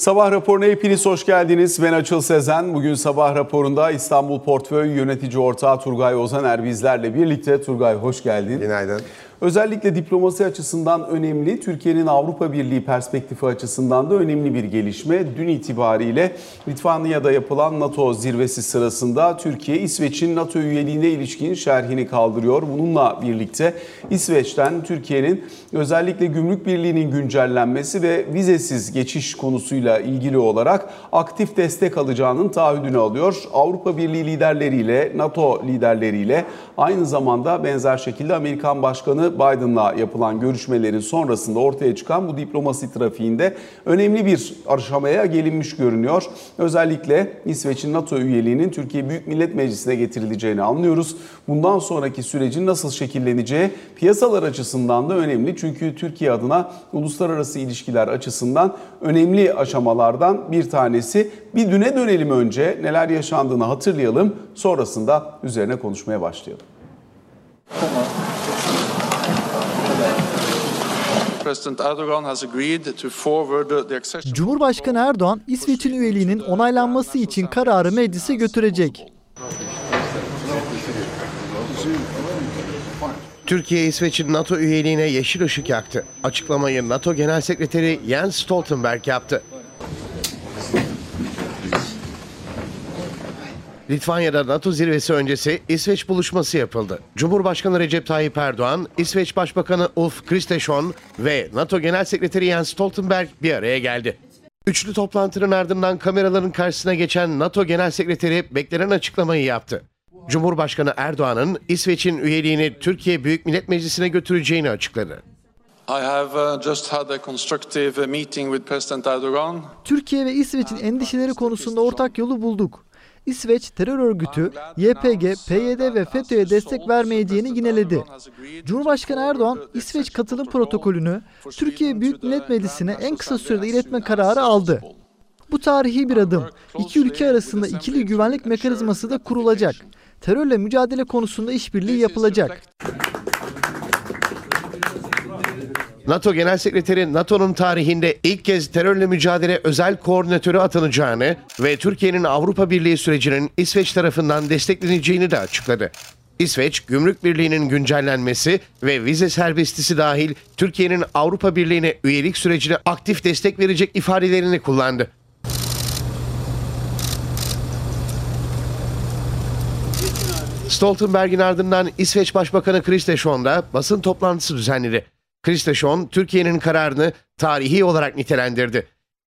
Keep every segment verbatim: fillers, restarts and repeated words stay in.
Sabah raporuna hepiniz hoş geldiniz. Ben Açıl Sezen. Bugün sabah raporunda İstanbul Portföy Yönetici Ortağı Turgay Ozaner bizlerle birlikte. Turgay hoş geldin. Günaydın. Özellikle diplomasi açısından önemli, Türkiye'nin Avrupa Birliği perspektifi açısından da önemli bir gelişme. Dün itibariyle Litvanya'da yapılan NATO zirvesi sırasında Türkiye, İsveç'in NATO üyeliğine ilişkin şerhini kaldırıyor. Bununla birlikte İsveç'ten Türkiye'nin özellikle gümrük birliğinin güncellenmesi ve vizesiz geçiş konusuyla ilgili olarak aktif destek alacağının taahhüdünü alıyor. Avrupa Birliği liderleriyle, NATO liderleriyle aynı zamanda benzer şekilde Amerikan Başkanı Biden'la yapılan görüşmelerin sonrasında ortaya çıkan bu diplomasi trafiğinde önemli bir aşamaya gelinmiş görünüyor. Özellikle İsveç'in NATO üyeliğinin Türkiye Büyük Millet Meclisi'ne getirileceğini anlıyoruz. Bundan sonraki sürecin nasıl şekilleneceği piyasalar açısından da önemli. Çünkü Türkiye adına uluslararası ilişkiler açısından önemli aşamalardan bir tanesi. Bir düne dönelim önce, neler yaşandığını hatırlayalım. Sonrasında üzerine konuşmaya başlayalım. Cumhurbaşkanı Erdoğan, İsveç'in üyeliğinin onaylanması için kararı meclise götürecek. Türkiye, İsveç'in NATO üyeliğine yeşil ışık yaktı. Açıklamayı NATO Genel Sekreteri Jens Stoltenberg yaptı. Litvanya'da NATO zirvesi öncesi İsveç buluşması yapıldı. Cumhurbaşkanı Recep Tayyip Erdoğan, İsveç Başbakanı Ulf Kristersson ve NATO Genel Sekreteri Jens Stoltenberg bir araya geldi. Üçlü toplantının ardından kameraların karşısına geçen NATO Genel Sekreteri beklenen açıklamayı yaptı. Cumhurbaşkanı Erdoğan'ın İsveç'in üyeliğini Türkiye Büyük Millet Meclisi'ne götüreceğini açıkladı. Türkiye ve İsveç'in endişeleri konusunda ortak yolu bulduk. İsveç terör örgütü Y P G, P Y D ve FETÖ'ye destek vermeyeceğini yineledi. Cumhurbaşkanı Erdoğan, İsveç katılım protokolünü Türkiye Büyük Millet Meclisi'ne en kısa sürede iletme kararı aldı. Bu tarihi bir adım. İki ülke arasında ikili güvenlik mekanizması da kurulacak. Terörle mücadele konusunda işbirliği yapılacak. NATO Genel Sekreteri, NATO'nun tarihinde ilk kez terörle mücadele özel koordinatörü atanacağını ve Türkiye'nin Avrupa Birliği sürecinin İsveç tarafından destekleneceğini de açıkladı. İsveç, Gümrük Birliği'nin güncellenmesi ve vize serbestisi dahil Türkiye'nin Avrupa Birliği'ne üyelik sürecine aktif destek verecek ifadelerini kullandı. Stoltenberg'in ardından İsveç Başbakanı Kristersson da basın toplantısı düzenledi. Kristersson, Türkiye'nin kararını tarihi olarak nitelendirdi.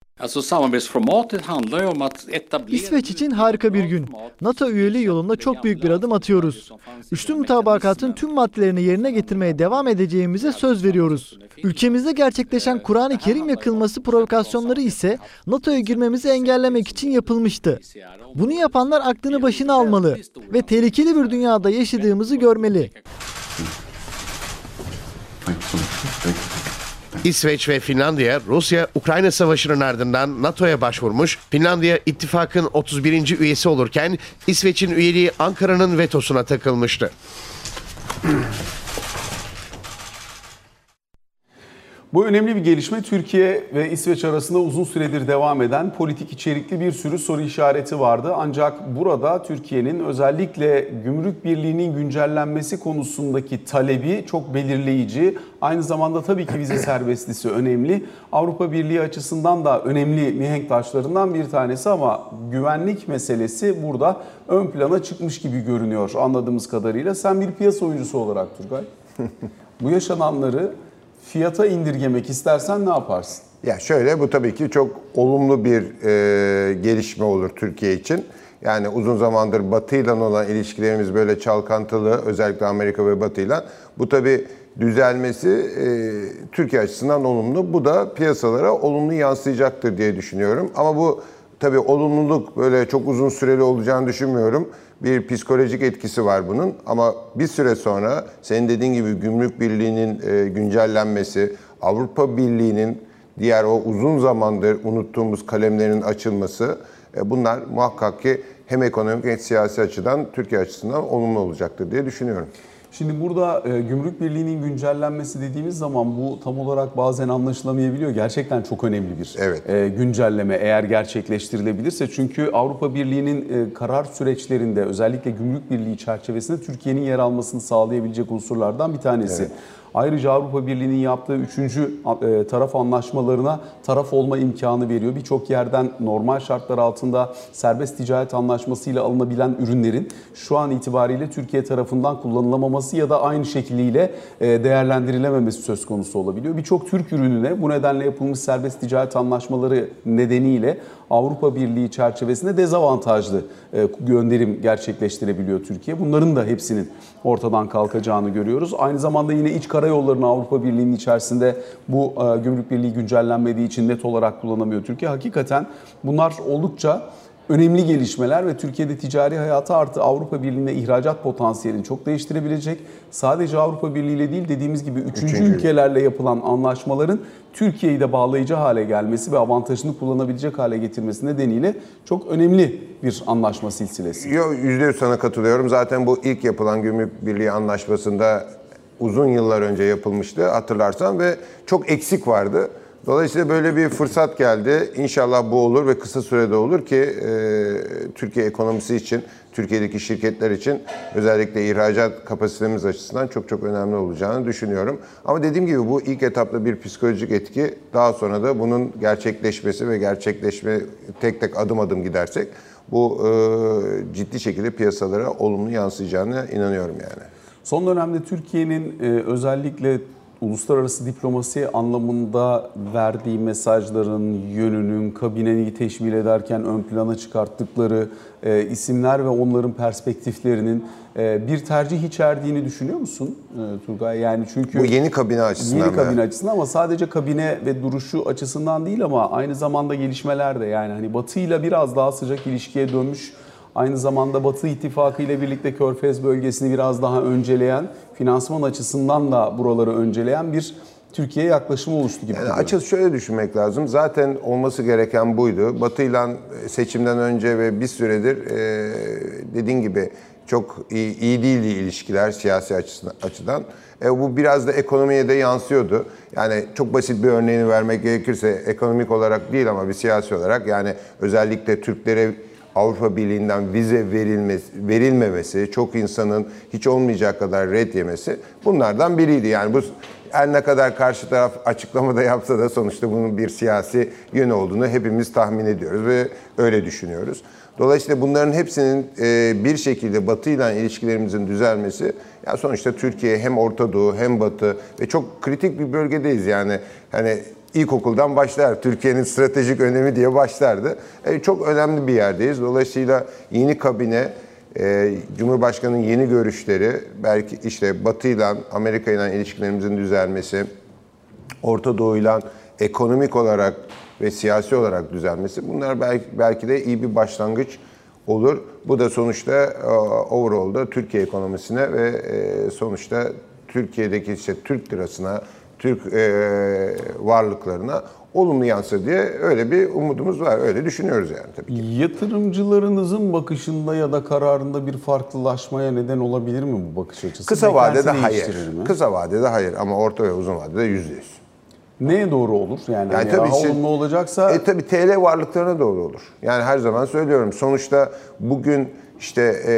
İsveç için harika bir gün. NATO üyeliği yolunda çok büyük bir adım atıyoruz. Üçlü mutabakatın tüm maddelerini yerine getirmeye devam edeceğimize söz veriyoruz. Ülkemizde gerçekleşen Kur'an-ı Kerim yakılması provokasyonları ise NATO'ya girmemizi engellemek için yapılmıştı. Bunu yapanlar aklını başına almalı ve tehlikeli bir dünyada yaşadığımızı görmeli. İsveç ve Finlandiya, Rusya-Ukrayna savaşının ardından NATO'ya başvurmuş. Finlandiya ittifakın otuz birinci üyesi olurken İsveç'in üyeliği Ankara'nın vetosuna takılmıştı. Bu önemli bir gelişme. Türkiye ve İsveç arasında uzun süredir devam eden politik içerikli bir sürü soru işareti vardı. Ancak burada Türkiye'nin özellikle Gümrük Birliği'nin güncellenmesi konusundaki talebi çok belirleyici. Aynı zamanda tabii ki vize serbestlisi önemli. Avrupa Birliği açısından da önemli mihenk taşlarından bir tanesi ama güvenlik meselesi burada ön plana çıkmış gibi görünüyor anladığımız kadarıyla. Sen bir piyasa oyuncusu olarak Turgay, bu yaşananları fiyata indirgemek istersen ne yaparsın? Ya şöyle, bu tabii ki çok olumlu bir e, gelişme olur Türkiye için. Yani uzun zamandır Batı ile olan ilişkilerimiz böyle çalkantılı, özellikle Amerika ve Batı ile. Bu tabii düzelmesi e, Türkiye açısından olumlu. Bu da piyasalara olumlu yansıyacaktır diye düşünüyorum. Ama bu tabii olumluluk böyle çok uzun süreli olacağını düşünmüyorum. Bir psikolojik etkisi var bunun ama bir süre sonra senin dediğin gibi Gümrük Birliği'nin e, güncellenmesi, Avrupa Birliği'nin diğer o uzun zamandır unuttuğumuz kalemlerin açılması, e, bunlar muhakkak ki hem ekonomik hem siyasi açıdan Türkiye açısından olumlu olacaktır diye düşünüyorum. Şimdi burada e, Gümrük Birliği'nin güncellenmesi dediğimiz zaman bu tam olarak bazen anlaşılamayabiliyor. Gerçekten çok önemli bir Evet. e, güncelleme eğer gerçekleştirilebilirse. Çünkü Avrupa Birliği'nin e, karar süreçlerinde özellikle Gümrük Birliği çerçevesinde Türkiye'nin yer almasını sağlayabilecek unsurlardan bir tanesi. Evet. Ayrıca Avrupa Birliği'nin yaptığı üçüncü e, taraf anlaşmalarına taraf olma imkanı veriyor. Birçok yerden normal şartlar altında serbest ticaret anlaşmasıyla alınabilen ürünlerin şu an itibariyle Türkiye tarafından kullanılamaması ya da aynı şekliyle e, değerlendirilememesi söz konusu olabiliyor. Birçok Türk ürününe bu nedenle yapılmış serbest ticaret anlaşmaları nedeniyle Avrupa Birliği çerçevesinde dezavantajlı e, gönderim gerçekleştirebiliyor Türkiye. Bunların da hepsinin ortadan kalkacağını görüyoruz. Aynı zamanda yine iç karayollarını Avrupa Birliği'nin içerisinde bu e, Gümrük Birliği güncellenmediği için net olarak kullanamıyor Türkiye. Hakikaten bunlar oldukça önemli gelişmeler ve Türkiye'de ticari hayatı artı Avrupa Birliği'ne ihracat potansiyelini çok değiştirebilecek. Sadece Avrupa Birliği ile değil dediğimiz gibi üçüncü, üçüncü ülkelerle yapılan anlaşmaların Türkiye'yi de bağlayıcı hale gelmesi ve avantajını kullanabilecek hale getirmesi nedeniyle çok önemli bir anlaşma silsilesi. Yo, yüzde yüz sana katılıyorum. Zaten bu ilk yapılan Gümrük Birliği Anlaşması'nda uzun yıllar önce yapılmıştı hatırlarsan ve çok eksik vardı. Dolayısıyla böyle bir fırsat geldi. İnşallah bu olur ve kısa sürede olur ki e, Türkiye ekonomisi için, Türkiye'deki şirketler için özellikle ihracat kapasitemiz açısından çok çok önemli olacağını düşünüyorum. Ama dediğim gibi bu ilk etapta bir psikolojik etki. Daha sonra da bunun gerçekleşmesi ve gerçekleşme tek tek adım adım gidersek bu e, ciddi şekilde piyasalara olumlu yansıyacağına inanıyorum yani. Son dönemde Türkiye'nin e, özellikle uluslararası diplomasi anlamında verdiği mesajların yönünün, kabineyi teşmil ederken ön plana çıkarttıkları e, isimler ve onların perspektiflerinin e, bir tercih içerdiğini düşünüyor musun e, Turgay? Yani çünkü bu yeni kabine açısından. Yeni kabine açısından ama sadece kabine ve duruşu açısından değil ama aynı zamanda gelişmeler de yani hani Batı'yla biraz daha sıcak ilişkiye dönmüş. Aynı zamanda Batı İttifakı ile birlikte Körfez bölgesini biraz daha önceleyen, finansman açısından da buraları önceleyen bir Türkiye yaklaşımı oluştu gibi. Yani açıkçası şöyle düşünmek lazım. Zaten olması gereken buydu. Batı'yla seçimden önce ve bir süredir e, dediğin gibi çok iyi, iyi değildi ilişkiler siyasi açıdan. E, bu biraz da ekonomiye de yansıyordu. Yani çok basit bir örneğini vermek gerekirse ekonomik olarak değil ama bir siyasi olarak yani özellikle Türklere Avrupa Birliği'nden vize verilmesi, verilmemesi, çok insanın hiç olmayacak kadar red yemesi bunlardan biriydi. Yani bu her ne kadar karşı taraf açıklamada yapsa da sonuçta bunun bir siyasi yönü olduğunu hepimiz tahmin ediyoruz ve öyle düşünüyoruz. Dolayısıyla bunların hepsinin bir şekilde Batı ile ilişkilerimizin düzelmesi, ya sonuçta Türkiye hem Orta Doğu hem Batı ve çok kritik bir bölgedeyiz yani hani İlkokuldan başlar. Türkiye'nin stratejik önemi diye başlardı. E, çok önemli bir yerdeyiz. Dolayısıyla yeni kabine, e, Cumhurbaşkanı'nın yeni görüşleri, belki işte Batı ile Amerika ile ilişkilerimizin düzelmesi, Orta Doğu ile ekonomik olarak ve siyasi olarak düzelmesi bunlar belki, belki de iyi bir başlangıç olur. Bu da sonuçta uh, overall'da Türkiye ekonomisine ve e, sonuçta Türkiye'deki işte Türk lirasına, Türk e, varlıklarına olumlu yansır diye öyle bir umudumuz var. Öyle düşünüyoruz yani tabii ki. Yatırımcılarınızın bakışında ya da kararında bir farklılaşmaya neden olabilir mi bu bakış açısı? Kısa vadede hayır. Mi? Kısa vadede hayır ama orta ve uzun vadede yüzde yüz. Neye doğru olur? Yani, yani yani tabii daha işte, olumlu olacaksa... E tabii T L varlıklarına doğru olur. Yani her zaman söylüyorum. Sonuçta bugün işte e,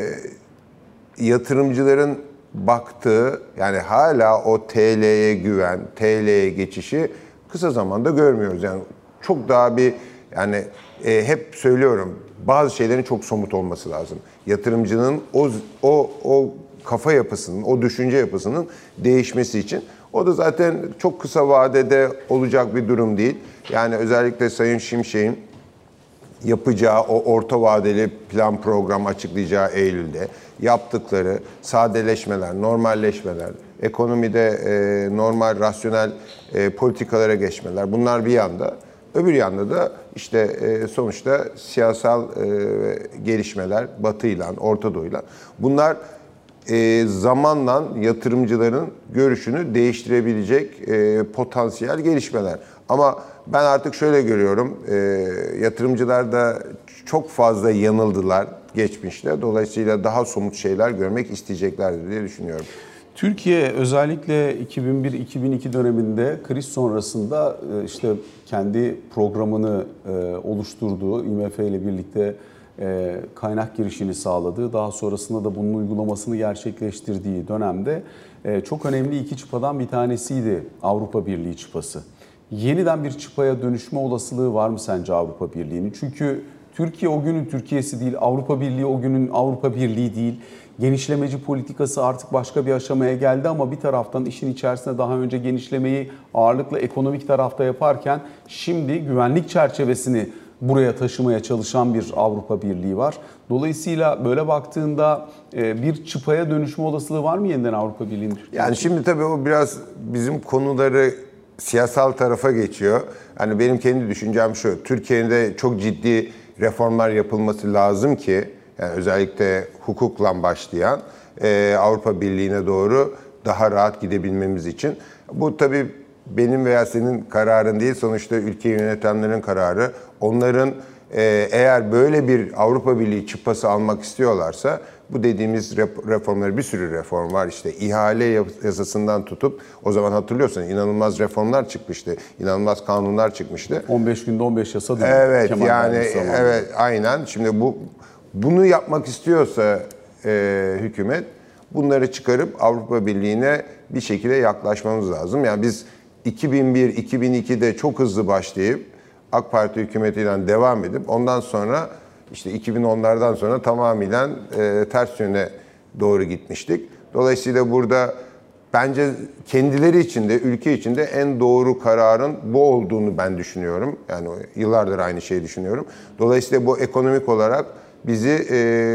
yatırımcıların baktığı yani hala o T L'ye güven, T L'ye geçişi kısa zamanda görmüyoruz. Yani çok daha bir yani e, hep söylüyorum bazı şeylerin çok somut olması lazım. Yatırımcının o o o kafa yapısının, o düşünce yapısının değişmesi için. O da zaten çok kısa vadede olacak bir durum değil. Yani özellikle Sayın Şimşek'in yapacağı o orta vadeli plan program açıklayacağı Eylül'de yaptıkları sadeleşmeler, normalleşmeler, ekonomide e, normal, rasyonel e, politikalara geçmeler bunlar bir yanda. Öbür yanda da işte e, sonuçta siyasal e, gelişmeler Batı'yla, Orta Doğu'yla bunlar e, zamanla yatırımcıların görüşünü değiştirebilecek e, potansiyel gelişmeler. Ama ben artık şöyle görüyorum, e, yatırımcılar da çok fazla yanıldılar. geçmişte. Dolayısıyla daha somut şeyler görmek isteyeceklerdir diye düşünüyorum. Türkiye özellikle iki bin bir iki bin iki döneminde kriz sonrasında işte kendi programını oluşturduğu, I M F ile birlikte kaynak girişini sağladığı, daha sonrasında da bunun uygulamasını gerçekleştirdiği dönemde çok önemli iki çıpadan bir tanesiydi Avrupa Birliği çıpası. Yeniden bir çıpaya dönüşme olasılığı var mı sence Avrupa Birliği'nin? Çünkü Türkiye o günün Türkiye'si değil, Avrupa Birliği o günün Avrupa Birliği değil. Genişlemeci politikası artık başka bir aşamaya geldi ama bir taraftan işin içerisinde daha önce genişlemeyi ağırlıkla ekonomik tarafta yaparken şimdi güvenlik çerçevesini buraya taşımaya çalışan bir Avrupa Birliği var. Dolayısıyla böyle baktığında bir çıpaya dönüşme olasılığı var mı yeniden Avrupa Birliği'nin? Yani şimdi tabii o biraz bizim konuları siyasal tarafa geçiyor. Hani benim kendi düşüncem şu, Türkiye'de çok ciddi reformlar yapılması lazım ki, yani özellikle hukukla başlayan e, Avrupa Birliği'ne doğru daha rahat gidebilmemiz için. Bu tabii benim veya senin kararın değil, sonuçta ülkeyi yönetenlerin kararı. Onların e, eğer böyle bir Avrupa Birliği çıpası almak istiyorlarsa bu dediğimiz reformları, bir sürü reform var. İşte ihale yasasından tutup, o zaman hatırlıyorsan inanılmaz reformlar çıkmıştı. İnanılmaz kanunlar çıkmıştı. on beş günde on beş yasa değil. Evet Kemal yani evet aynen. Şimdi bu bunu yapmak istiyorsa e, hükümet bunları çıkarıp Avrupa Birliği'ne bir şekilde yaklaşmamız lazım. Yani biz iki bin bir iki bin ikide çok hızlı başlayıp AK Parti hükümetiyle devam edip ondan sonra işte iki bin onlardan sonra tamamen e, ters yöne doğru gitmiştik. Dolayısıyla burada bence kendileri için de ülke için de en doğru kararın bu olduğunu ben düşünüyorum. Yani yıllardır aynı şeyi düşünüyorum. Dolayısıyla bu ekonomik olarak bizi e,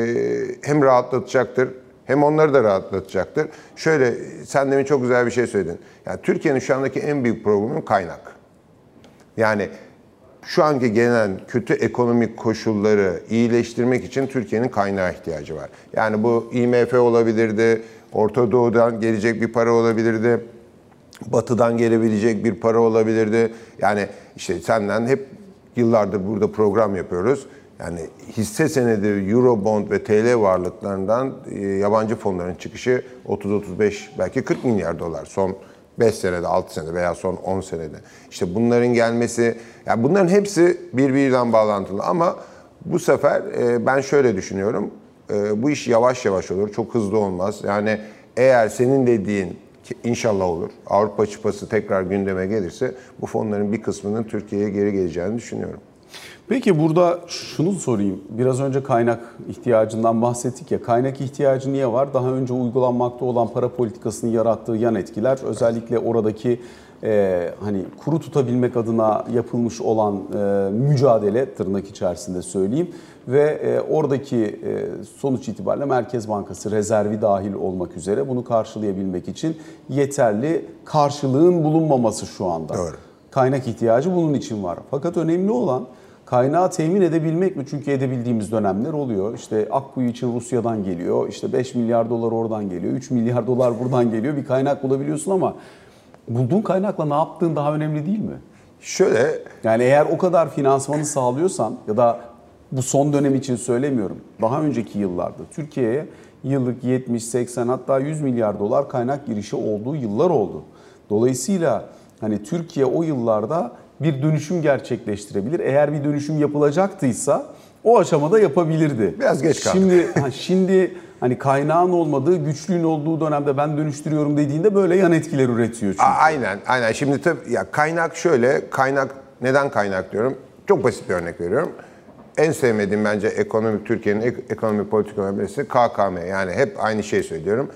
hem rahatlatacaktır hem onları da rahatlatacaktır. Şöyle, sen demin çok güzel bir şey söyledin. Yani Türkiye'nin şu andaki en büyük problemi kaynak. Yani şu anki gelen kötü ekonomik koşulları iyileştirmek için Türkiye'nin kaynağa ihtiyacı var. Yani bu I M F olabilirdi, Orta Doğu'dan gelecek bir para olabilirdi, Batı'dan gelebilecek bir para olabilirdi. Yani işte senden hep yıllardır burada program yapıyoruz. Yani hisse senedi, Eurobond ve T L varlıklarından yabancı fonların çıkışı otuz otuz beş belki kırk milyar dolar son beş senede, altı senede veya son on senede. İşte bunların gelmesi, yani bunların hepsi birbiriyle bağlantılı ama bu sefer ben şöyle düşünüyorum. Bu iş yavaş yavaş olur, çok hızlı olmaz. Yani eğer senin dediğin inşallah olur, Avrupa çıpası tekrar gündeme gelirse bu fonların bir kısmının Türkiye'ye geri geleceğini düşünüyorum. Peki burada şunu sorayım. Biraz önce kaynak ihtiyacından bahsettik ya. Kaynak ihtiyacı niye var? Daha önce uygulanmakta olan para politikasının yarattığı yan etkiler, özellikle oradaki e, hani kuru tutabilmek adına yapılmış olan e, mücadele, tırnak içerisinde söyleyeyim, ve e, oradaki e, sonuç itibariyle Merkez Bankası rezervi dahil olmak üzere bunu karşılayabilmek için yeterli karşılığın bulunmaması şu anda. Doğru. Kaynak ihtiyacı bunun için var. Fakat önemli olan kaynağı temin edebilmek mi? Çünkü edebildiğimiz dönemler oluyor. İşte Akkuyu için Rusya'dan geliyor. İşte beş milyar dolar oradan geliyor. üç milyar dolar buradan geliyor. Bir kaynak bulabiliyorsun ama bulduğun kaynakla ne yaptığın daha önemli değil mi? Şöyle, yani eğer o kadar finansmanı sağlıyorsan, ya da bu son dönem için söylemiyorum, daha önceki yıllarda Türkiye'ye yıllık yetmiş seksen hatta yüz milyar dolar kaynak girişi olduğu yıllar oldu. Dolayısıyla hani Türkiye o yıllarda bir dönüşüm gerçekleştirebilir. Eğer bir dönüşüm yapılacaktıysa o aşamada yapabilirdi. Biraz geç kaldı. Şimdi şimdi hani kaynağın olmadığı, güçlüğün olduğu dönemde ben dönüştürüyorum dediğinde böyle yan etkiler üretiyor çünkü. Aynen, aynen. Şimdi tabii ya kaynak şöyle, kaynak neden kaynak diyorum? Çok basit bir örnek veriyorum. En sevmediğim bence ekonomik, Türkiye'nin ek, ekonomik politikalarından birisi K K M. Yani hep aynı şey söylüyorum.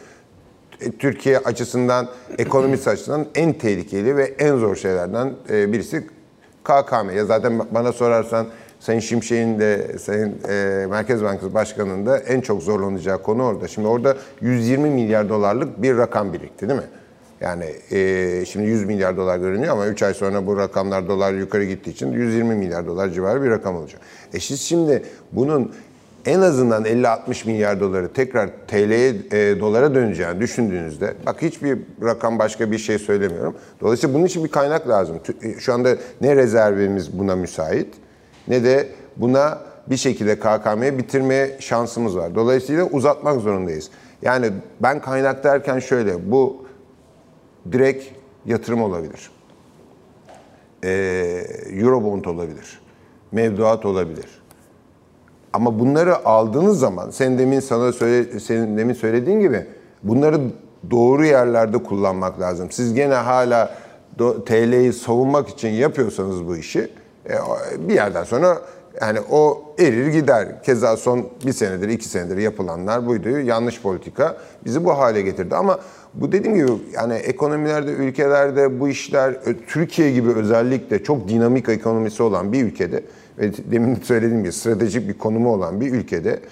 Türkiye açısından, ekonomisi açısından en tehlikeli ve en zor şeylerden birisi K K M. Ya zaten bana sorarsan Sayın Şimşek'in de Sayın e, Merkez Bankası Başkanı'nın da en çok zorlanacağı konu orada. Şimdi orada yüz yirmi milyar dolarlık bir rakam birikti değil mi? Yani e, şimdi yüz milyar dolar görünüyor ama üç ay sonra bu rakamlar dolar yukarı gittiği için yüz yirmi milyar dolar civarı bir rakam olacak. E siz şimdi bunun en azından elli altmış milyar doları tekrar T L'ye, e, dolara döneceğini düşündüğünüzde, bak hiçbir rakam başka bir şey söylemiyorum. Dolayısıyla bunun için bir kaynak lazım. Şu anda ne rezervimiz buna müsait ne de buna bir şekilde K K M'yi bitirmeye şansımız var. Dolayısıyla uzatmak zorundayız. Yani ben kaynak derken şöyle, bu direkt yatırım olabilir. Ee, Eurobond olabilir. Mevduat olabilir. Ama bunları aldığınız zaman, sen demin sana söyle, senin demin söylediğin gibi bunları doğru yerlerde kullanmak lazım. Siz gene hala T L'yi savunmak için yapıyorsanız bu işi, bir yerden sonra yani o erir gider. Keza son bir senedir, iki senedir yapılanlar buydu. Yanlış politika bizi bu hale getirdi. Ama bu dediğim gibi yani ekonomilerde, ülkelerde bu işler, Türkiye gibi özellikle çok dinamik ekonomisi olan bir ülkede ve demin söylediğim gibi stratejik bir konumu olan bir ülkede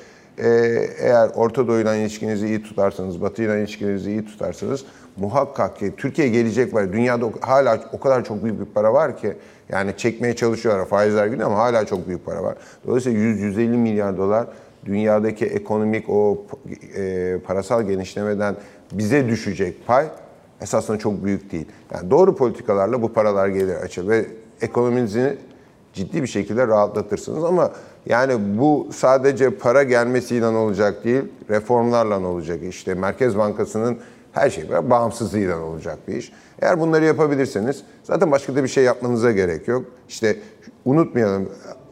eğer Orta Doğu'yla ilişkinizi iyi tutarsanız, Batı'yla ilişkinizi iyi tutarsanız muhakkak ki Türkiye gelecek var. Dünyada hala o kadar çok büyük bir para var ki yani çekmeye çalışıyorlar faizler günü ama hala çok büyük para var. Dolayısıyla yüz yüz elli milyar dolar dünyadaki ekonomik o e, parasal genişlemeden bize düşecek pay esasında çok büyük değil. Yani doğru politikalarla bu paralar gelir açılır ve ekonominizi ciddi bir şekilde rahatlatırsınız ama yani bu sadece para gelmesiyle olacak değil, reformlarla olacak. İşte Merkez Bankası'nın her şey bağımsızlığıyla olacak bir iş. Eğer bunları yapabilirseniz zaten başka da bir şey yapmanıza gerek yok. İşte unutmayalım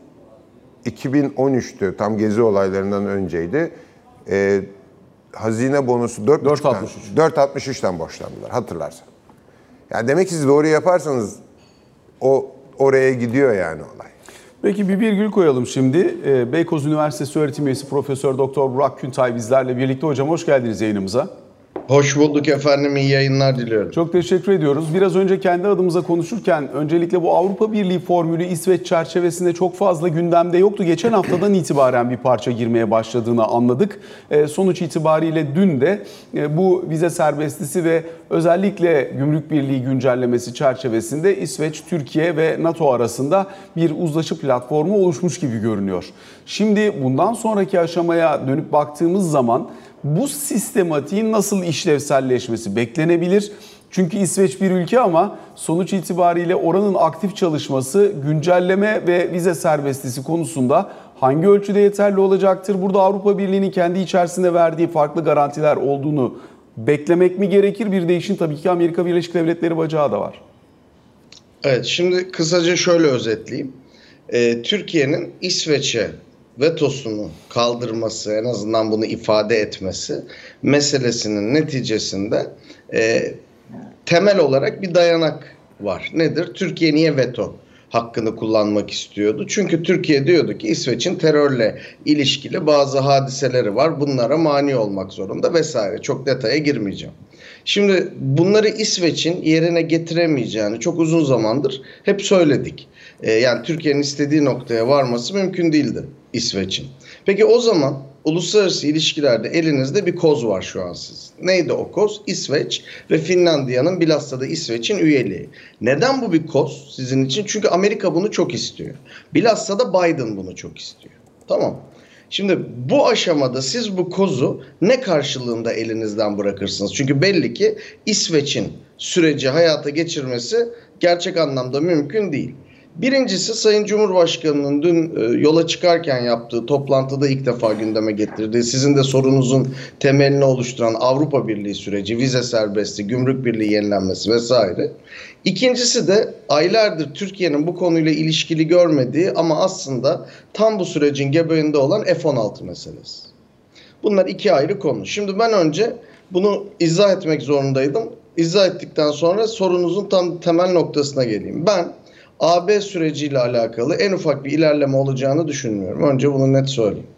iki bin on üç'tü tam gezi olaylarından önceydi. Ee, hazine bonusu dört virgül altmış üç'ten borçlandılar hatırlarsan. Yani demek ki siz doğru yaparsanız o oraya gidiyor yani olay. Peki bir virgül koyalım şimdi. Beykoz Üniversitesi öğretim üyesi Profesör Doktor Burak Küntay bizlerle birlikte. Hocam hoş geldiniz yayınımıza. Hoş bulduk efendim. İyi yayınlar diliyorum. Çok teşekkür ediyoruz. Biraz önce kendi adımıza konuşurken öncelikle bu Avrupa Birliği formülü İsveç çerçevesinde çok fazla gündemde yoktu. Geçen haftadan itibaren bir parça girmeye başladığını anladık. E, sonuç itibariyle dün de e, bu vize serbestisi ve özellikle Gümrük Birliği güncellemesi çerçevesinde İsveç, Türkiye ve NATO arasında bir uzlaşı platformu oluşmuş gibi görünüyor. Şimdi bundan sonraki aşamaya dönüp baktığımız zaman bu sistematiğin nasıl işlevselleşmesi beklenebilir? Çünkü İsveç bir ülke ama sonuç itibariyle oranın aktif çalışması güncelleme ve vize serbestisi konusunda hangi ölçüde yeterli olacaktır? Burada Avrupa Birliği'nin kendi içerisinde verdiği farklı garantiler olduğunu beklemek mi gerekir? Bir de işin tabii ki Amerika Birleşik Devletleri bacağı da var. Evet, şimdi kısaca şöyle özetleyeyim. Ee, Türkiye'nin İsveç'e vetosunu kaldırması, en azından bunu ifade etmesi meselesinin neticesinde e, temel olarak bir dayanak var. Nedir? Türkiye niye veto hakkını kullanmak istiyordu? Çünkü Türkiye diyordu ki İsveç'in terörle ilişkili bazı hadiseleri var. Bunlara mani olmak zorunda vesaire. Çok detaya girmeyeceğim. Şimdi bunları İsveç'in yerine getiremeyeceğini çok uzun zamandır hep söyledik. Ee, yani Türkiye'nin istediği noktaya varması mümkün değildi İsveç'in. Peki o zaman uluslararası ilişkilerde elinizde bir koz var şu an siz. Neydi o koz? İsveç ve Finlandiya'nın bilhassa da İsveç'in üyeliği. Neden bu bir koz sizin için? Çünkü Amerika bunu çok istiyor. Bilhassa da Biden bunu çok istiyor. Tamam. Şimdi bu aşamada siz bu kozu ne karşılığında elinizden bırakırsınız? Çünkü belli ki İsveç'in süreci hayata geçirmesi gerçek anlamda mümkün değil. Birincisi Sayın Cumhurbaşkanı'nın dün e, yola çıkarken yaptığı toplantıda ilk defa gündeme getirdiği, sizin de sorunuzun temelini oluşturan Avrupa Birliği süreci, vize serbestliği, Gümrük Birliği yenilenmesi vesaire. İkincisi de aylardır Türkiye'nin bu konuyla ilişkili görmediği ama aslında tam bu sürecin göbeğinde olan F on altı meselesi. Bunlar iki ayrı konu. Şimdi ben önce bunu izah etmek zorundaydım. İzah ettikten sonra sorunuzun tam temel noktasına geleyim. Ben A B süreciyle alakalı en ufak bir ilerleme olacağını düşünmüyorum. Önce bunu net söyleyeyim.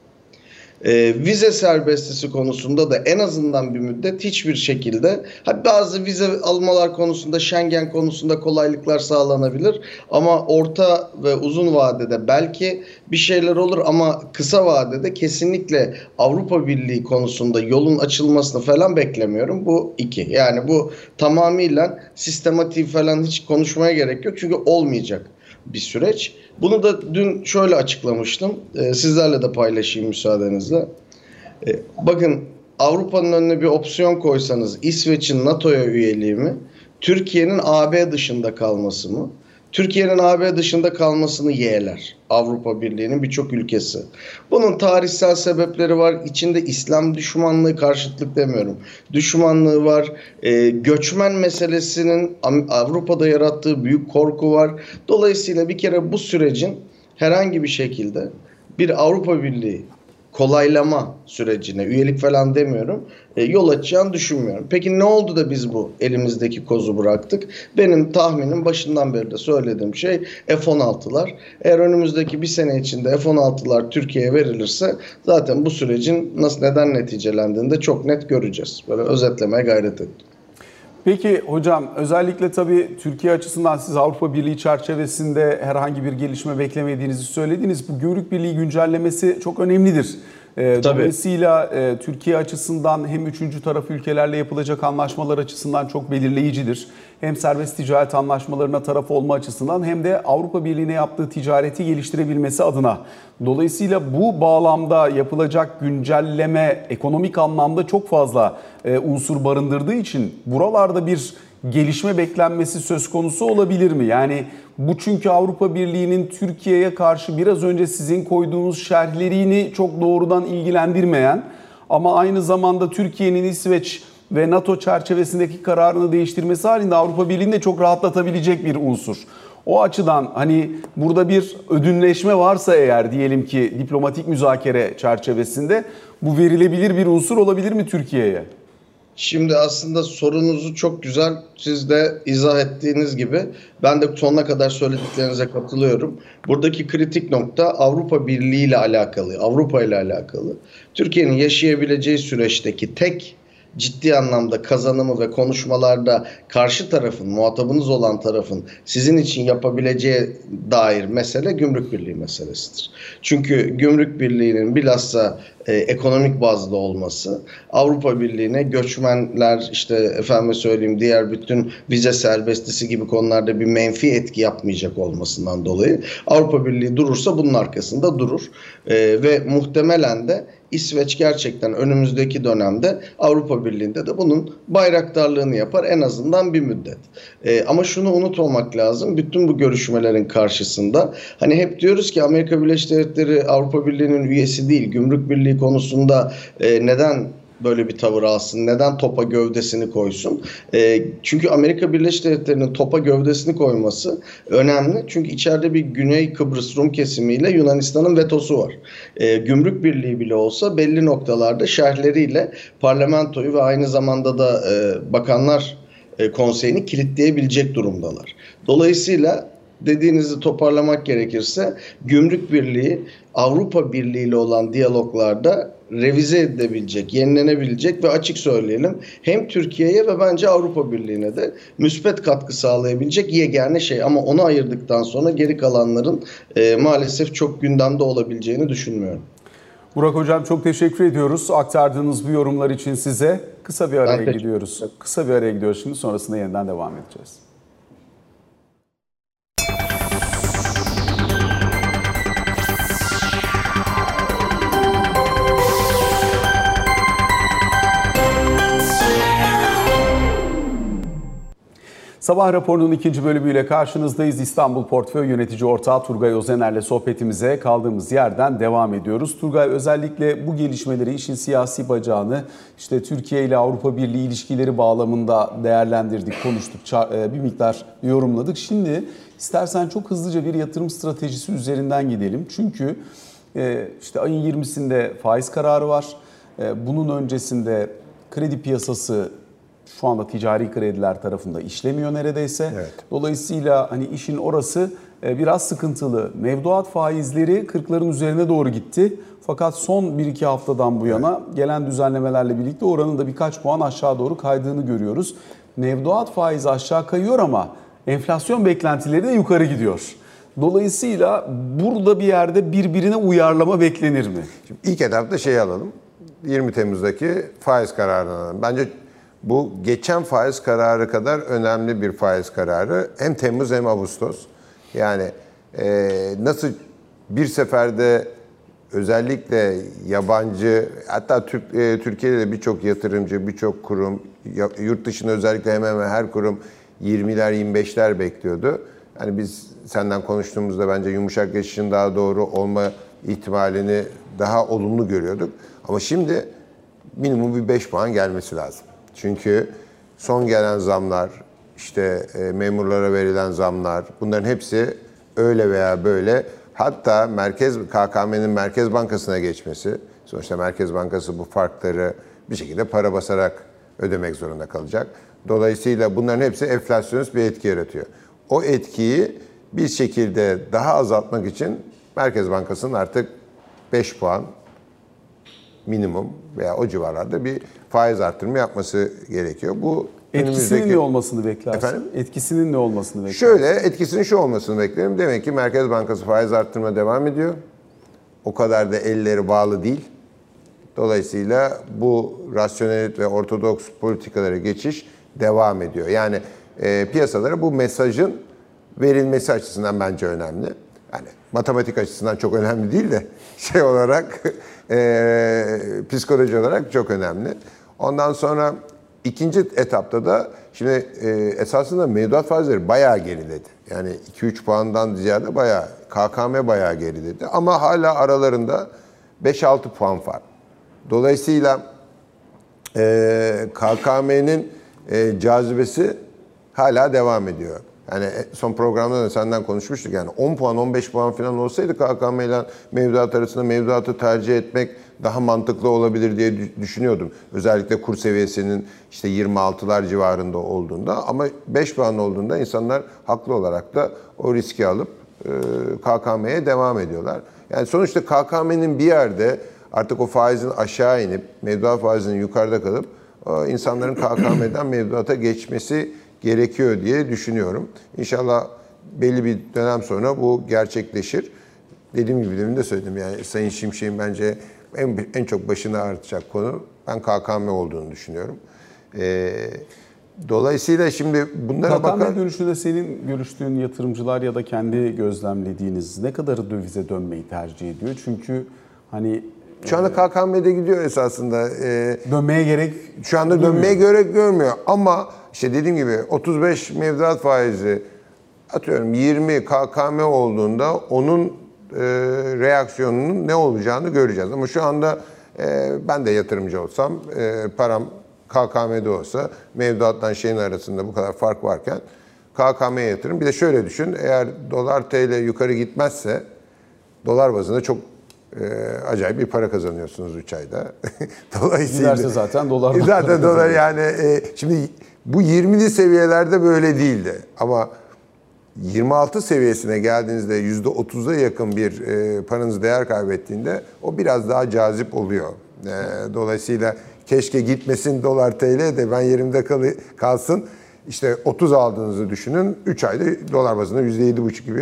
Ee, vize serbestisi konusunda da en azından bir müddet hiçbir şekilde bazı vize almalar konusunda, Schengen konusunda kolaylıklar sağlanabilir ama orta ve uzun vadede belki bir şeyler olur ama kısa vadede kesinlikle Avrupa Birliği konusunda yolun açılmasını falan beklemiyorum. Bu iki. Yani bu tamamıyla sistematik falan hiç konuşmaya gerek yok çünkü olmayacak bir süreç. Bunu da dün şöyle açıklamıştım. Ee, sizlerle de paylaşayım müsaadenizle. Ee, bakın Avrupa'nın önüne bir opsiyon koysanız İsveç'in NATO'ya üyeliği mi? Türkiye'nin A B dışında kalması mı? Türkiye'nin A B dışında kalmasını yeğler. Avrupa Birliği'nin birçok ülkesi. Bunun tarihsel sebepleri var. İçinde İslam düşmanlığı, karşıtlık demiyorum, düşmanlığı var. E, göçmen meselesinin Avrupa'da yarattığı büyük korku var. Dolayısıyla bir kere bu sürecin herhangi bir şekilde bir Avrupa Birliği kolaylama sürecine, üyelik falan demiyorum, e, yol açacağını düşünmüyorum. Peki ne oldu da biz bu elimizdeki kozu bıraktık? Benim tahminim, başından beri de söylediğim şey F on altılar. Eğer önümüzdeki bir sene içinde F on altılar Türkiye'ye verilirse zaten bu sürecin nasıl, neden neticelendiğini de çok net göreceğiz. Böyle özetlemeye gayret ettim. Peki hocam, özellikle tabii Türkiye açısından siz Avrupa Birliği çerçevesinde herhangi bir gelişme beklemediğinizi söylediniz. Bu Gümrük Birliği güncellemesi çok önemlidir. Dolayısıyla e, Türkiye açısından hem üçüncü taraf ülkelerle yapılacak anlaşmalar açısından çok belirleyicidir. Hem serbest ticaret anlaşmalarına taraf olma açısından hem de Avrupa Birliği'ne yaptığı ticareti geliştirebilmesi adına. Dolayısıyla bu bağlamda yapılacak güncelleme ekonomik anlamda çok fazla e, unsur barındırdığı için buralarda bir gelişme beklenmesi söz konusu olabilir mi? Yani bu çünkü Avrupa Birliği'nin Türkiye'ye karşı biraz önce sizin koyduğunuz şerhlerini çok doğrudan ilgilendirmeyen ama aynı zamanda Türkiye'nin İsveç ve NATO çerçevesindeki kararını değiştirmesi halinde Avrupa Birliği'ni de çok rahatlatabilecek bir unsur. O açıdan hani burada bir ödünleşme varsa eğer, diyelim ki diplomatik müzakere çerçevesinde, bu verilebilir bir unsur olabilir mi Türkiye'ye? Şimdi aslında sorunuzu çok güzel, siz de izah ettiğiniz gibi ben de sonuna kadar söylediklerinize katılıyorum. Buradaki kritik nokta Avrupa Birliği ile alakalı, Avrupa ile alakalı. Türkiye'nin yaşayabileceği süreçteki tek ciddi anlamda kazanımı ve konuşmalarda karşı tarafın, muhatabınız olan tarafın sizin için yapabileceği dair mesele Gümrük Birliği meselesidir. Çünkü Gümrük Birliği'nin bilhassa e, ekonomik bazlı olması, Avrupa Birliği'ne göçmenler, işte efendime söyleyeyim diğer bütün vize serbestisi gibi konularda bir menfi etki yapmayacak olmasından dolayı Avrupa Birliği durursa bunun arkasında durur. E, ve muhtemelen de İsveç gerçekten önümüzdeki dönemde Avrupa Birliği'nde de bunun bayraktarlığını yapar en azından bir müddet. Ee, ama şunu unutmamak lazım. Bütün bu görüşmelerin karşısında hani hep diyoruz ki Amerika Birleşik Devletleri Avrupa Birliği'nin üyesi değil. Gümrük Birliği konusunda e, neden böyle bir tavır alsın? Neden topa gövdesini koysun? E, çünkü Amerika Birleşik Devletleri'nin topa gövdesini koyması önemli. Çünkü içeride bir Güney Kıbrıs Rum kesimiyle Yunanistan'ın vetosu var. E, Gümrük Birliği bile olsa belli noktalarda şerhleriyle parlamentoyu ve aynı zamanda da e, bakanlar e, konseyini kilitleyebilecek durumdalar. Dolayısıyla dediğinizi toparlamak gerekirse Gümrük Birliği Avrupa Birliği ile olan diyaloglarda revize edilebilecek, yenilenebilecek ve açık söyleyelim hem Türkiye'ye ve bence Avrupa Birliği'ne de müspet katkı sağlayabilecek yegane şey. Ama onu ayırdıktan sonra geri kalanların e, maalesef çok gündemde olabileceğini düşünmüyorum. Burak Hocam, çok teşekkür ediyoruz aktardığınız bu yorumlar için size. Kısa bir araya gidiyoruz. Kısa bir araya gidiyoruz şimdi, sonrasında yeniden devam edeceğiz. Sabah raporunun ikinci bölümüyle karşınızdayız. İstanbul Portföy Yönetici Ortağı Turgay Özener'le sohbetimize kaldığımız yerden devam ediyoruz. Turgay, özellikle bu gelişmeleri, işin siyasi bacağını, işte Türkiye ile Avrupa Birliği ilişkileri bağlamında değerlendirdik, konuştuk, bir miktar yorumladık. Şimdi istersen çok hızlıca bir yatırım stratejisi üzerinden gidelim. Çünkü işte ayın yirmisinde faiz kararı var. Bunun öncesinde kredi piyasası şu anda ticari krediler tarafında işlemiyor neredeyse. Evet. Dolayısıyla hani işin orası biraz sıkıntılı. Mevduat faizleri kırkların üzerine doğru gitti. Fakat son bir iki haftadan bu yana evet. gelen düzenlemelerle birlikte oranın da birkaç puan aşağı doğru kaydığını görüyoruz. Mevduat faizi aşağı kayıyor ama enflasyon beklentileri de yukarı gidiyor. Dolayısıyla burada bir yerde birbirine uyarlama beklenir mi? Şimdi ilk etapta şeyi alalım. yirmi Temmuz'daki faiz kararını alalım. Bence bu geçen faiz kararı kadar önemli bir faiz kararı. Hem Temmuz hem Ağustos. Yani e, nasıl bir seferde özellikle yabancı, hatta Türk, e, Türkiye'de de birçok yatırımcı, birçok kurum, yurt dışında özellikle hemen hemen her kurum yirmiler yirmi beşler bekliyordu. hani biz senden konuştuğumuzda bence yumuşak geçişin daha doğru olma ihtimalini daha olumlu görüyorduk. Ama şimdi minimum bir beş puan gelmesi lazım. Çünkü son gelen zamlar, işte e, memurlara verilen zamlar, bunların hepsi öyle veya böyle, hatta Merkez K K M'nin Merkez Bankası'na geçmesi, sonuçta Merkez Bankası bu farkları bir şekilde para basarak ödemek zorunda kalacak. Dolayısıyla bunların hepsi enflasyonist bir etki yaratıyor. O etkiyi bir şekilde daha azaltmak için Merkez Bankası'nın artık beş puan minimum veya o civarlarda bir faiz artırımı yapması gerekiyor. Bu etkisinin önümüzdeki... ne olmasını beklersin? Efendim? Etkisinin ne olmasını beklersin? Şöyle, etkisinin şu olmasını beklerim. Demek ki Merkez Bankası faiz arttırmaya devam ediyor. O kadar da elleri bağlı değil. Dolayısıyla bu rasyonel ve ortodoks politikalara geçiş devam ediyor. Yani e, piyasalara bu mesajın verilmesi açısından bence önemli. Yani matematik açısından çok önemli değil de şey olarak, e, psikoloji olarak çok önemli. Ondan sonra ikinci etapta da şimdi e, esasında mevduat faizleri bayağı geriledi. Yani iki üç puandan ziyade bayağı, K K M bayağı geriledi. Ama hala aralarında beş altı puan var. Dolayısıyla e, K K M'nin e, cazibesi hala devam ediyor. Yani son programda da senden konuşmuştuk. Yani on puan, on beş puan falan olsaydı K K M ile mevduat arasında mevduatı tercih etmek daha mantıklı olabilir diye düşünüyordum. Özellikle kur seviyesinin işte yirmi altılar civarında olduğunda. Ama beş puan olduğunda insanlar haklı olarak da o riski alıp e, K K M'ye devam ediyorlar. Yani sonuçta K K M'nin bir yerde artık o faizin aşağı inip mevduat faizinin yukarıda kalıp insanların K K M'den mevduata geçmesi gerekiyor diye düşünüyorum. İnşallah belli bir dönem sonra bu gerçekleşir. Dediğim gibi demin de söyledim, yani Sayın Şimşek'in bence en, en çok başına artacak konu ben K K M olduğunu düşünüyorum. Ee, dolayısıyla şimdi bunlara bakar... K K M dönüşünde senin görüştüğün yatırımcılar ya da kendi gözlemlediğiniz ne kadarı dövize dönmeyi tercih ediyor? Çünkü hani... Şu anda K K M'de gidiyor esasında. Ee, dönmeye gerek Şu anda dönmeye duymuyor. gerek görmüyor. Ama işte dediğim gibi otuz beş mevduat faizi atıyorum yirmi K K M olduğunda onun e, reaksiyonunun ne olacağını göreceğiz. Ama şu anda e, ben de yatırımcı olsam e, param K K M'de olsa mevduattan şeyin arasında bu kadar fark varken K K M'ye yatırım. Bir de şöyle düşün, eğer dolar T L yukarı gitmezse dolar bazında çok Ee, acayip bir para kazanıyorsunuz üç ayda. Dolayısıyla giderse zaten dolar. Zaten dolar yani e, şimdi bu yirmili seviyelerde böyle değildi. Ama yirmi altı seviyesine geldiğinizde yüzde otuza yakın bir e, paranız değer kaybettiğinde o biraz daha cazip oluyor. E, dolayısıyla keşke gitmesin dolar T L de ben yerimde kal kalsın. İşte otuz aldığınızı düşünün. üç ayda dolar bazında yüzde yedi buçuk gibi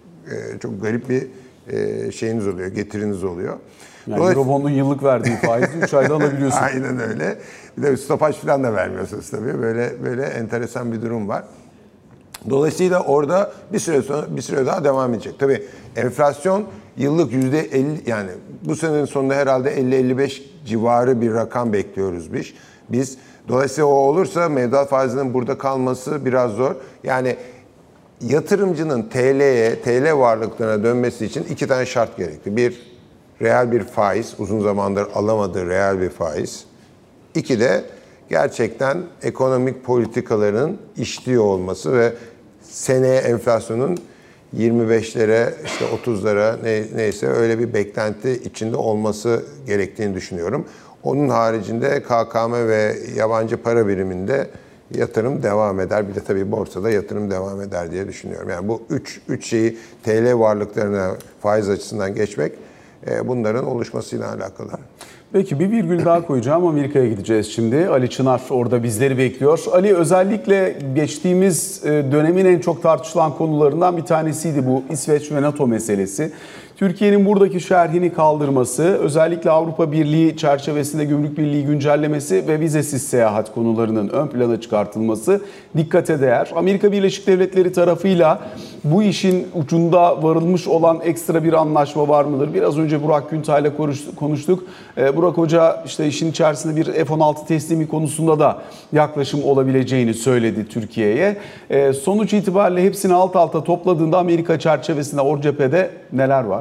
e, çok garip bir E, şeyiniz oluyor, getiriniz oluyor. Yani Eurobond'un yıllık verdiği faizi üç ayda alabiliyorsunuz. Aynen öyle. Bir de stopaj falan da vermiyorsunuz tabii. Böyle böyle enteresan bir durum var. Dolayısıyla orada bir süre sonra bir süre daha devam edecek. Tabii enflasyon yıllık yüzde elli, yani bu senenin sonunda herhalde elli elli beş civarı bir rakam bekliyoruz biz. Biz dolayısıyla o olursa mevduat faizinin burada kalması biraz zor. Yani yatırımcının T L'ye, T L varlıklarına dönmesi için iki tane şart gerekli. Bir, reel bir faiz, uzun zamandır alamadığı reel bir faiz. İki de gerçekten ekonomik politikaların işliyor olması ve seneye enflasyonun yirmi beşlere, işte otuzlara ne, neyse öyle bir beklenti içinde olması gerektiğini düşünüyorum. Onun haricinde K K M ve yabancı para biriminde yatırım devam eder. Bir de tabii borsada yatırım devam eder diye düşünüyorum. Yani bu üç, üç şeyi T L varlıklarına faiz açısından geçmek bunların oluşmasıyla alakalı. Peki bir virgül daha koyacağım. Amerika'ya gideceğiz şimdi. Ali Çınar orada bizleri bekliyor. Ali, özellikle geçtiğimiz dönemin en çok tartışılan konularından bir tanesiydi bu İsveç ve NATO meselesi. Türkiye'nin buradaki şerhini kaldırması, özellikle Avrupa Birliği çerçevesinde Gümrük Birliği güncellemesi ve vizesiz seyahat konularının ön plana çıkartılması dikkate değer. Amerika Birleşik Devletleri tarafıyla bu işin ucunda varılmış olan ekstra bir anlaşma var mıdır? Biraz önce Burak Güntay'la konuştuk. Burak Hoca işte işin içerisinde bir F on altı teslimi konusunda da yaklaşım olabileceğini söyledi Türkiye'ye. Sonuç itibariyle hepsini alt alta topladığında Amerika çerçevesinde o cephede neler var?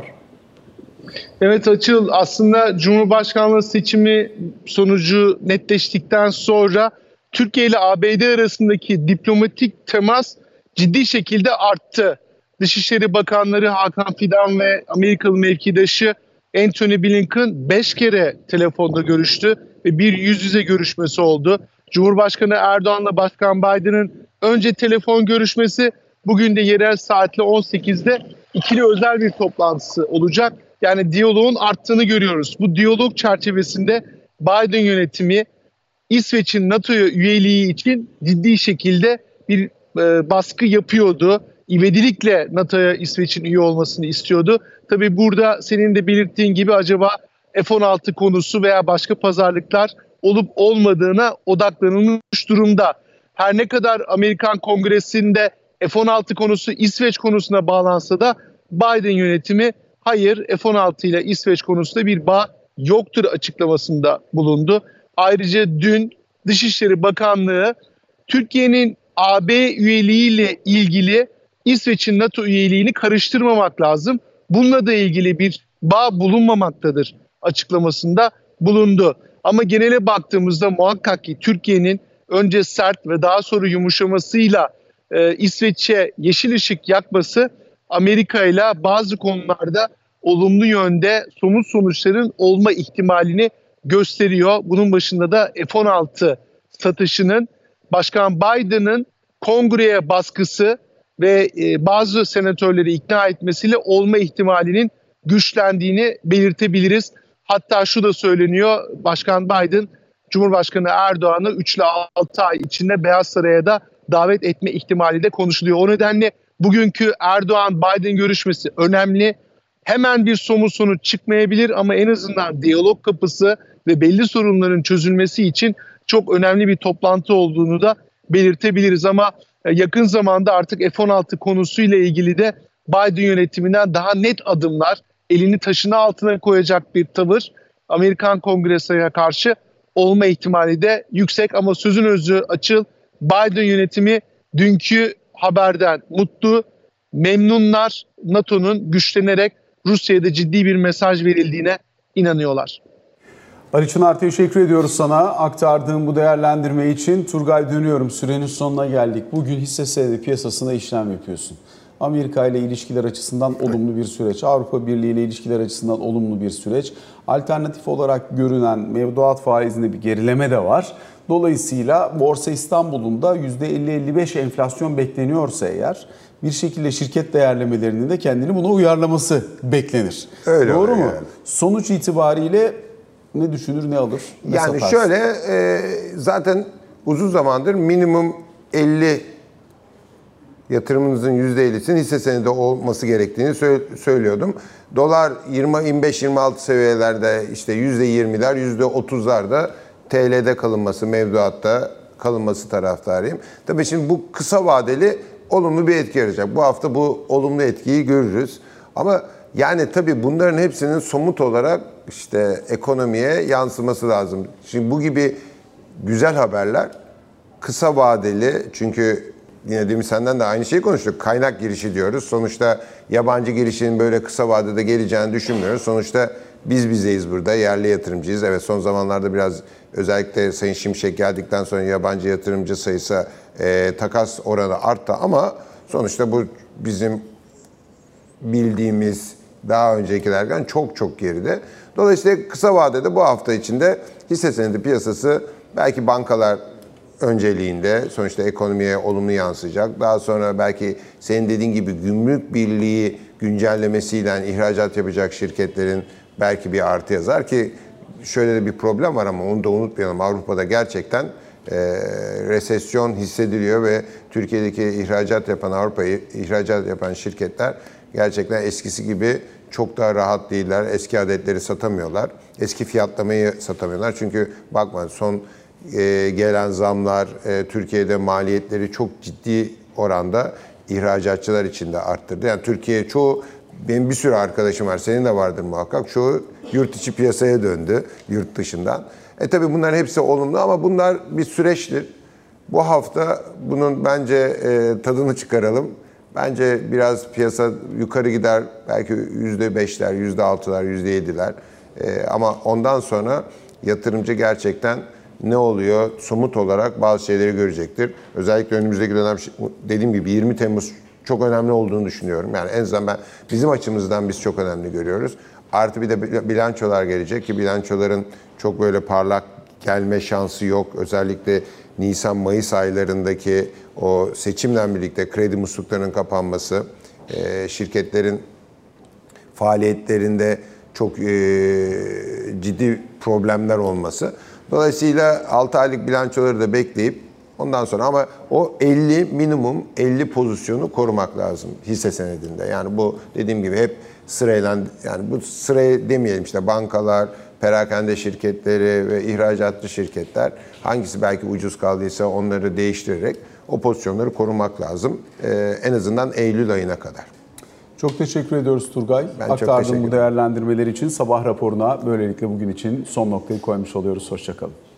Evet Açıl, aslında Cumhurbaşkanlığı seçimi sonucu netleştikten sonra Türkiye ile A B D arasındaki diplomatik temas ciddi şekilde arttı. Dışişleri Bakanları Hakan Fidan ve Amerikalı mevkidaşı Antony Blinken beş kere telefonda görüştü ve bir yüz yüze görüşmesi oldu. Cumhurbaşkanı Erdoğan'la Başkan Biden'ın önce telefon görüşmesi, bugün de yerel saatle on sekizde ikili özel bir toplantısı olacak. Yani diyaloğun arttığını görüyoruz. Bu diyalog çerçevesinde Biden yönetimi İsveç'in NATO'ya üyeliği için ciddi şekilde bir e, baskı yapıyordu. İvedilikle NATO'ya İsveç'in üye olmasını istiyordu. Tabii burada senin de belirttiğin gibi acaba F on altı konusu veya başka pazarlıklar olup olmadığına odaklanılmış durumda. Her ne kadar Amerikan Kongresi'nde F on altı konusu İsveç konusuna bağlansa da Biden yönetimi hayır, F on altı ile İsveç konusunda bir bağ yoktur açıklamasında bulundu. Ayrıca dün Dışişleri Bakanlığı Türkiye'nin A B üyeliğiyle ilgili İsveç'in NATO üyeliğini karıştırmamak lazım. Bununla da ilgili bir bağ bulunmamaktadır açıklamasında bulundu. Ama genele baktığımızda muhakkak ki Türkiye'nin önce sert ve daha sonra yumuşamasıyla e, İsveç'e yeşil ışık yakması Amerika ile bazı konularda olumlu yönde somut sonuçların olma ihtimalini gösteriyor. Bunun başında da F on altı satışının Başkan Biden'ın kongreye baskısı ve e, bazı senatörleri ikna etmesiyle olma ihtimalinin güçlendiğini belirtebiliriz. Hatta şu da söyleniyor, Başkan Biden Cumhurbaşkanı Erdoğan'ı üç ile altı ay içinde Beyaz Saray'a da davet etme ihtimali de konuşuluyor. O nedenle bugünkü Erdoğan-Biden görüşmesi önemli. Hemen bir somut sonuç çıkmayabilir ama en azından diyalog kapısı ve belli sorunların çözülmesi için çok önemli bir toplantı olduğunu da belirtebiliriz. Ama yakın zamanda artık F on altı konusuyla ilgili de Biden yönetiminden daha net adımlar, elini taşın altına koyacak bir tavır Amerikan Kongresi'ne karşı olma ihtimali de yüksek. Ama sözün özü Açıl, Biden yönetimi dünkü haberden mutlu, memnunlar. NATO'nun güçlenerek Rusya'ya da ciddi bir mesaj verildiğine inanıyorlar. Ali Çınar, teşekkür ediyoruz sana aktardığın bu değerlendirme için. Turgay, dönüyorum. Sürenin sonuna geldik. Bugün hisse senedi piyasasında işlem yapıyorsun. Amerika ile ilişkiler açısından olumlu bir süreç. Avrupa Birliği ile ilişkiler açısından olumlu bir süreç. Alternatif olarak görünen mevduat faizinde bir gerileme de var. Dolayısıyla Borsa İstanbul'un da yüzde elli elli beş enflasyon bekleniyorsa eğer bir şekilde şirket değerlemelerinin de kendini buna uyarlaması beklenir. Öyle Doğru mu? yani. Sonuç itibariyle ne düşünür, ne alır, ne Yani satarsın? şöyle e, zaten uzun zamandır minimum elli yatırımınızın yüzde ellisinin hisse senedi olması gerektiğini söylüyordum. Dolar yirmi yirmi beş yirmi altı seviyelerde, işte yüzde yirmiler yüzde otuzlarda T L'de kalınması, mevduatta kalınması taraftarıyım. Tabii şimdi bu kısa vadeli olumlu bir etki yaratacak. Bu hafta bu olumlu etkiyi görürüz. Ama yani tabii bunların hepsinin somut olarak işte ekonomiye yansıması lazım. Şimdi bu gibi güzel haberler kısa vadeli, çünkü yine demin senden de aynı şeyi konuştuk. Kaynak girişi diyoruz. Sonuçta yabancı girişinin böyle kısa vadede geleceğini düşünmüyoruz. Sonuçta biz bizeyiz burada. Yerli yatırımcıyız. Evet, son zamanlarda biraz özellikle Sayın Şimşek geldikten sonra yabancı yatırımcı sayısı e, takas oranı arttı ama sonuçta bu bizim bildiğimiz daha öncekilerden çok çok geride. Dolayısıyla kısa vadede bu hafta içinde hisse senedi piyasası belki bankalar önceliğinde, sonuçta ekonomiye olumlu yansıyacak. Daha sonra belki senin dediğin gibi Gümrük Birliği güncellemesiyle ihracat yapacak şirketlerin belki bir artı yazar ki şöyle de bir problem var ama onu da unutmayalım. Avrupa'da gerçekten e, resesyon hissediliyor ve Türkiye'deki ihracat yapan, Avrupa'yı ihracat yapan şirketler gerçekten eskisi gibi çok daha rahat değiller. Eski adetleri satamıyorlar. Eski fiyatlamayı satamıyorlar. Çünkü bakma son e, gelen zamlar e, Türkiye'de maliyetleri çok ciddi oranda ihracatçılar için de arttırdı. Yani Türkiye çoğu, benim bir sürü arkadaşım var, senin de vardır muhakkak, çoğu yurt içi piyasaya döndü yurt dışından. E tabii bunların hepsi olumlu ama bunlar bir süreçtir. Bu hafta bunun bence e, tadını çıkaralım. Bence biraz piyasa yukarı gider, belki yüzde beşler, yüzde altılar, yüzde yediler. E, ama ondan sonra yatırımcı gerçekten ne oluyor somut olarak bazı şeyleri görecektir. Özellikle önümüzdeki dönem, dediğim gibi yirmi Temmuz çok önemli olduğunu düşünüyorum. Yani en azından ben, bizim açımızdan biz çok önemli görüyoruz. Artı bir de bilançolar gelecek ki bilançoların çok böyle parlak gelme şansı yok. Özellikle Nisan-Mayıs aylarındaki o seçimle birlikte kredi musluklarının kapanması, şirketlerin faaliyetlerinde çok ciddi problemler olması. Dolayısıyla altı aylık bilançoları da bekleyip ondan sonra, ama o elli minimum elli pozisyonu korumak lazım hisse senedinde. Yani bu dediğim gibi hep sırayla, yani bu sırayı demeyelim, işte bankalar, perakende şirketleri ve ihracatçı şirketler hangisi belki ucuz kaldıysa onları değiştirerek o pozisyonları korumak lazım. Ee, en azından Eylül ayına kadar. Çok teşekkür ediyoruz Turgay. Ben çok Aktardığım teşekkür bu ederim. değerlendirmeler için sabah raporuna böylelikle bugün için son noktayı koymuş oluyoruz. Hoşça kalın.